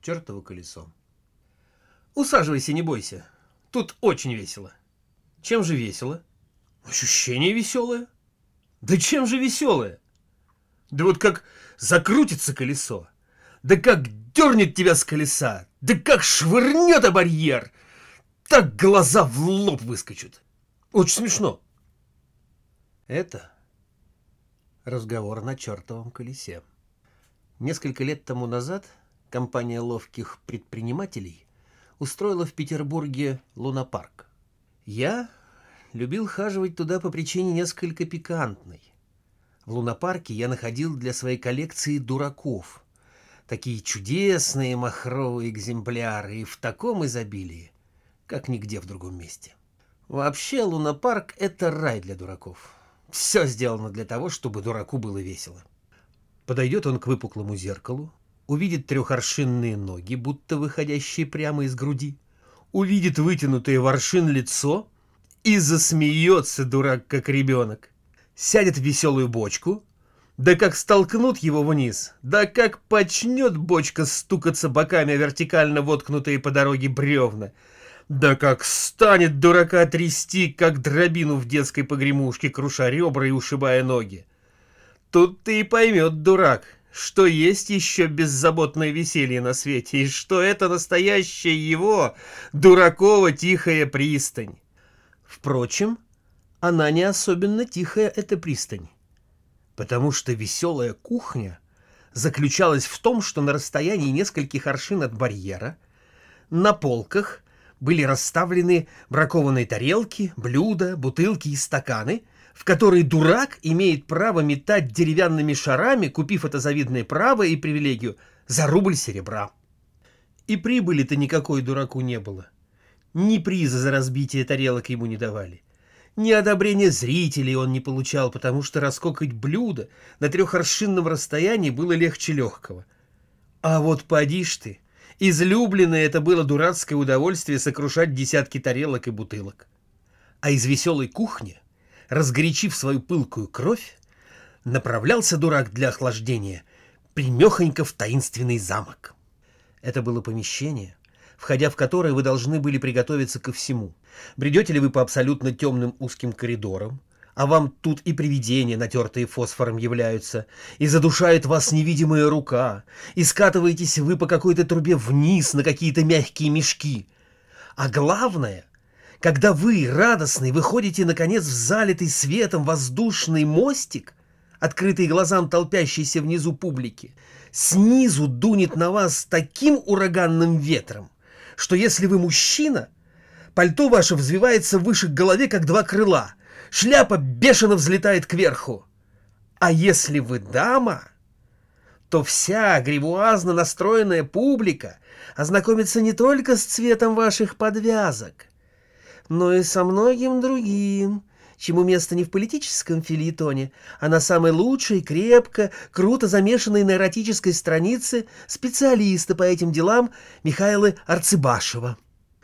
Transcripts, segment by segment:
Чертово колесо. Усаживайся, не бойся. Тут очень весело. Чем же весело? Ощущение веселое. Да чем же веселое? Да вот как закрутится колесо, да как дернет тебя с колеса, да как швырнет о барьер, так глаза в лоб выскочат. Очень смешно. Это разговор на чертовом колесе. Несколько лет тому назад компания ловких предпринимателей устроила в Петербурге лунопарк. Я любил хаживать туда по причине несколько пикантной. В лунопарке я находил для своей коллекции дураков. Такие чудесные махровые экземпляры и в таком изобилии, как нигде в другом месте. Вообще лунопарк — это рай для дураков. Все сделано для того, чтобы дураку было весело. Подойдет он к выпуклому зеркалу, увидит трехоршинные ноги, будто выходящие прямо из груди, увидит вытянутое в аршин лицо и засмеется дурак, как ребенок. Сядет в веселую бочку, да как столкнут его вниз, да как почнет бочка стукаться боками о вертикально воткнутые по дороге бревна, да как станет дурака трясти, как дробину в детской погремушке, круша ребра и ушибая ноги. Тут ты и поймет, дурак, что есть еще беззаботное веселье на свете, и что это настоящая его, дуракова, тихая пристань. Впрочем, она не особенно тихая, эта пристань, потому что веселая кухня заключалась в том, что на расстоянии нескольких аршин от барьера на полках были расставлены бракованные тарелки, блюда, бутылки и стаканы, в которые дурак имеет право метать деревянными шарами, купив это завидное право и привилегию, за рубль серебра. И прибыли-то никакой дураку не было. Ни приза за разбитие тарелок ему не давали. Ни одобрения зрителей он не получал, потому что раскокать блюдо на трехоршинном расстоянии было легче легкого. А вот поди ж ты, излюбленное это было дурацкое удовольствие сокрушать десятки тарелок и бутылок. А из веселой кухни, разгорячив свою пылкую кровь, направлялся дурак для охлаждения прямехонько в таинственный замок. Это было помещение, входя в которое вы должны были приготовиться ко всему. Бредете ли вы по абсолютно темным узким коридорам, а вам тут и привидения, натертые фосфором, являются, и задушает вас невидимая рука, и скатываетесь вы по какой-то трубе вниз на какие-то мягкие мешки. А главное, когда вы, радостный, выходите, наконец, в залитый светом воздушный мостик, открытый глазам толпящейся внизу публики, снизу дунет на вас таким ураганным ветром, что если вы мужчина, пальто ваше взвивается выше к голове, как два крыла, шляпа бешено взлетает кверху. А если вы дама, то вся гривуазно настроенная публика ознакомится не только с цветом ваших подвязок, но и со многим другим, чему место не в политическом фельетоне, а на самой лучшей, крепко, круто замешанной на эротической странице специалиста по этим делам Михаила Арцыбашева.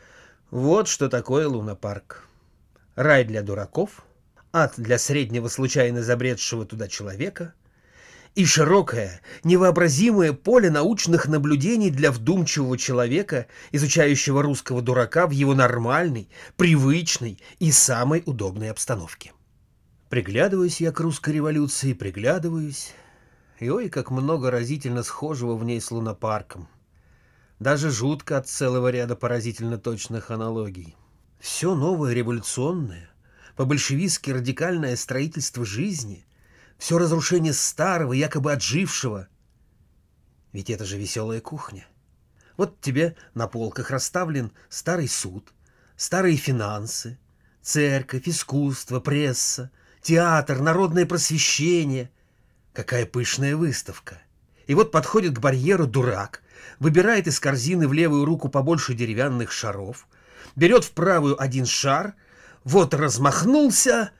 Вот что такое лунопарк. Рай для дураков, ад для среднего случайно забредшего туда человека и широкое, невообразимое поле научных наблюдений для вдумчивого человека, изучающего русского дурака в его нормальной, привычной и самой удобной обстановке. Приглядываюсь я к русской революции, приглядываюсь, и ой, как много разительно схожего в ней с лунопарком. Даже жутко от целого ряда поразительно точных аналогий. Все новое революционное, по-большевистски радикальное строительство жизни, все разрушение старого, якобы отжившего. Ведь это же веселая кухня. Вот тебе на полках расставлен старый суд, старые финансы, церковь, искусство, пресса, театр, народное просвещение. Какая пышная выставка. И вот подходит к барьеру дурак, выбирает из корзины в левую руку побольше деревянных шаров, берет в правую один шар, вот размахнулся,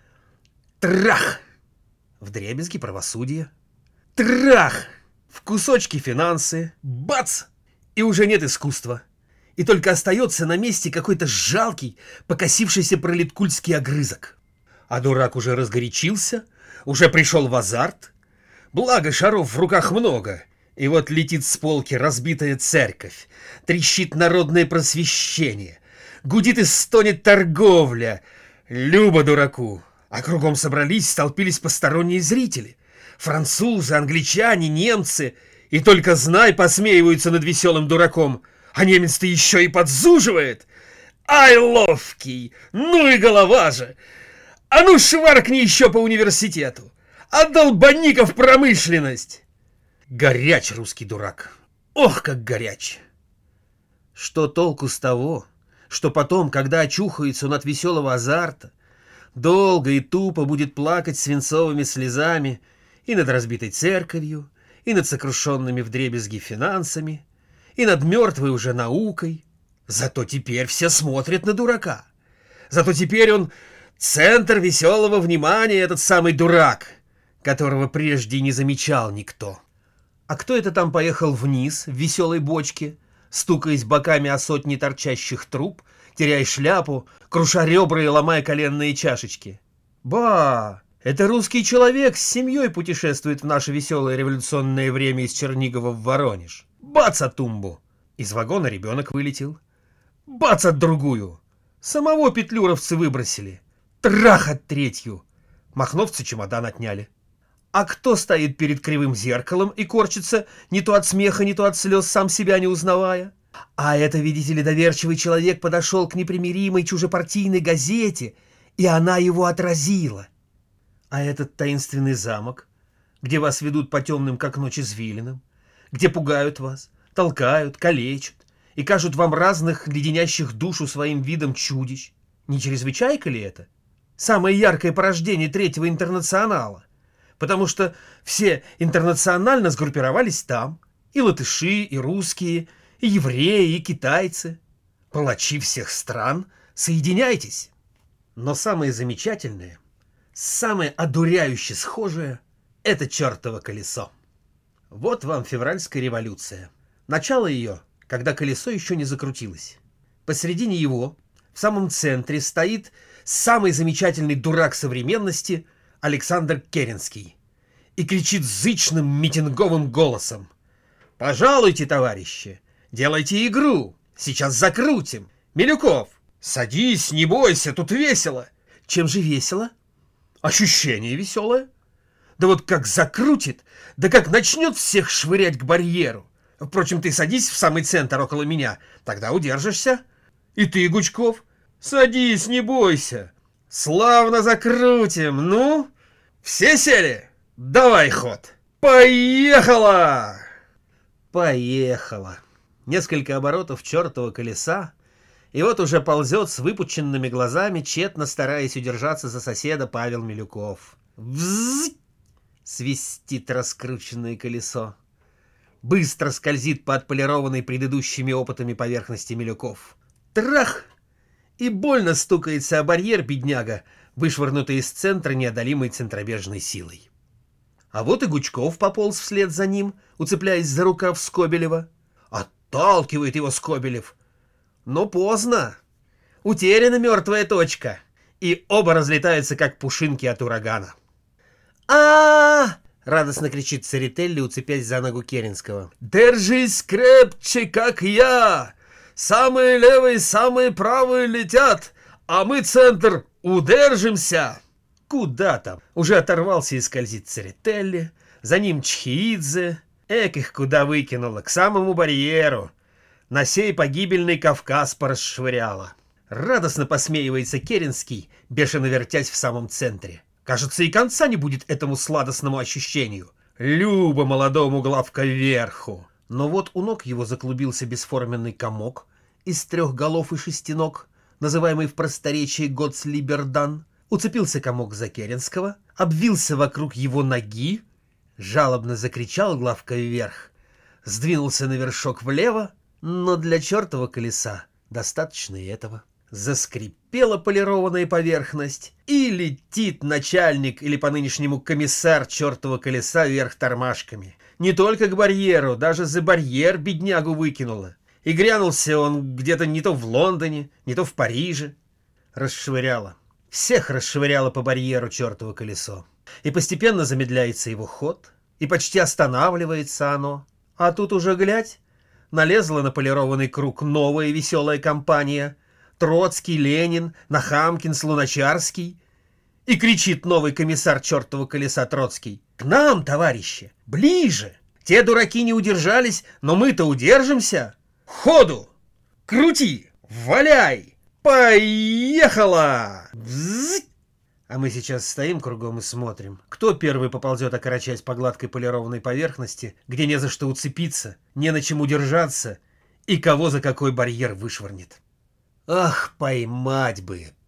трах! Вдребезги правосудие. Трах! В кусочки финансы. Бац! И уже нет искусства. И только остается на месте какой-то жалкий, покосившийся пролеткульский огрызок. А дурак уже разгорячился, уже пришел в азарт. Благо шаров в руках много, И вот летит с полки разбитая церковь, трещит народное просвещение, гудит и стонет торговля. Любо дураку. А кругом собрались, столпились посторонние зрители. Французы, англичане, немцы. И только знай, посмеиваются над веселым дураком. А немец-то еще и подзуживает. Ай, ловкий! Ну и голова же! А ну шваркни еще по университету! А долбани-ка в промышленность! Горяч русский дурак. Ох, как горяч! Что толку с того, что потом, когда очухается он от веселого азарта, долго и тупо будет плакать свинцовыми слезами и над разбитой церковью, и над сокрушенными вдребезги финансами, и над мертвой уже наукой. Зато теперь все смотрят на дурака. Зато теперь он центр веселого внимания, этот самый дурак, которого прежде не замечал никто. А кто это там поехал вниз в веселой бочке, стукаясь боками о сотни торчащих труб, теряя шляпу, круша ребра и ломая коленные чашечки? Ба! Это русский человек с семьей путешествует в наше веселое революционное время из Чернигова в Воронеж. Бац от тумбу! Из вагона ребенок вылетел. Бац от другую! Самого петлюровцы выбросили. Трах от третью! Махновцы чемодан отняли. А кто стоит перед кривым зеркалом и корчится не то от смеха, не то от слез, сам себя не узнавая? А это, видите ли, доверчивый человек подошел к непримиримой чужепартийной газете, и она его отразила. А этот таинственный замок, где вас ведут по темным, как ночь, извилинам, где пугают вас, толкают, калечат и кажут вам разных леденящих душу своим видом чудищ, не чрезвычайка ли это? Самое яркое порождение Третьего интернационала. Потому что все интернационально сгруппировались там. И латыши, и русские, и евреи, и китайцы. Палачи всех стран, соединяйтесь. Но самое замечательное, самое одуряюще схожее — это чертово колесо. Вот вам февральская революция. Начало ее, когда колесо еще не закрутилось. Посредине его, в самом центре, стоит самый замечательный дурак современности — Александр Керенский, и кричит зычным митинговым голосом: «Пожалуйте, товарищи, делайте игру, сейчас закрутим. Милюков, садись, не бойся, тут весело». Чем же весело? Ощущение веселое. Да вот как закрутит, да как начнет всех швырять к барьеру. Впрочем, ты садись в самый центр около меня, тогда удержишься. И ты, Гучков, садись, не бойся. Славно закрутим, ну? Все сели? Давай ход. Поехала! Поехала. Несколько оборотов чертова колеса, и вот уже ползет с выпученными глазами, тщетно стараясь удержаться за соседа, Павел Милюков. Взззь! Свистит раскрученное колесо. Быстро скользит по отполированной предыдущими опытами поверхности Милюков. Трах! И больно стукается о барьер бедняга, вышвырнутый из центра неодолимой центробежной силой. А вот и Гучков пополз вслед за ним, уцепляясь за рукав Скобелева. Отталкивает его Скобелев. Но поздно. Утеряна мертвая точка. И оба разлетаются, как пушинки от урагана. а радостно кричит Церетели, уцепясь за ногу Керенского. «Держись крепче, как я! Самые левые, самые правые летят, а мы, центр, удержимся!» Куда там? Уже оторвался и скользит Церетели, за ним Чхиидзе. Эк их куда выкинуло, к самому барьеру. На сей погибельный Кавказ порасшвыряло. Радостно посмеивается Керенский, бешено вертясь в самом центре. Кажется, и конца не будет этому сладостному ощущению. Любо молодому главка вверху. Но вот у ног его заклубился бесформенный комок из 3 голов и 6 ног, называемый в просторечии Гоцлибердан. Уцепился комок за Керенского, обвился вокруг его ноги, жалобно закричал главка вверх, сдвинулся на вершок влево, но для чертова колеса достаточно и этого. Заскрипела полированная поверхность, и летит начальник или по нынешнему комиссар чертова колеса вверх тормашками. Не только к барьеру, даже за барьер беднягу выкинуло. И грянулся он где-то не то в Лондоне, не то в Париже. Расшвыряло. Всех расшвыряло по барьеру чертово колесо. И постепенно замедляется его ход, и почти останавливается оно. А тут уже, глядь, налезла на полированный круг новая веселая компания. Троцкий, Ленин, Нахамкин, Луначарский. И кричит новый комиссар чертова колеса Троцкий: «К нам, товарищи! Ближе! Те дураки не удержались, но мы-то удержимся! Ходу! Крути! Валяй! Поехала!» Взззь! А мы сейчас стоим кругом и смотрим, кто первый поползет окорочать по гладкой полированной поверхности, где не за что уцепиться, не на чем удержаться, и кого за какой барьер вышвырнет. Ах, поймать бы,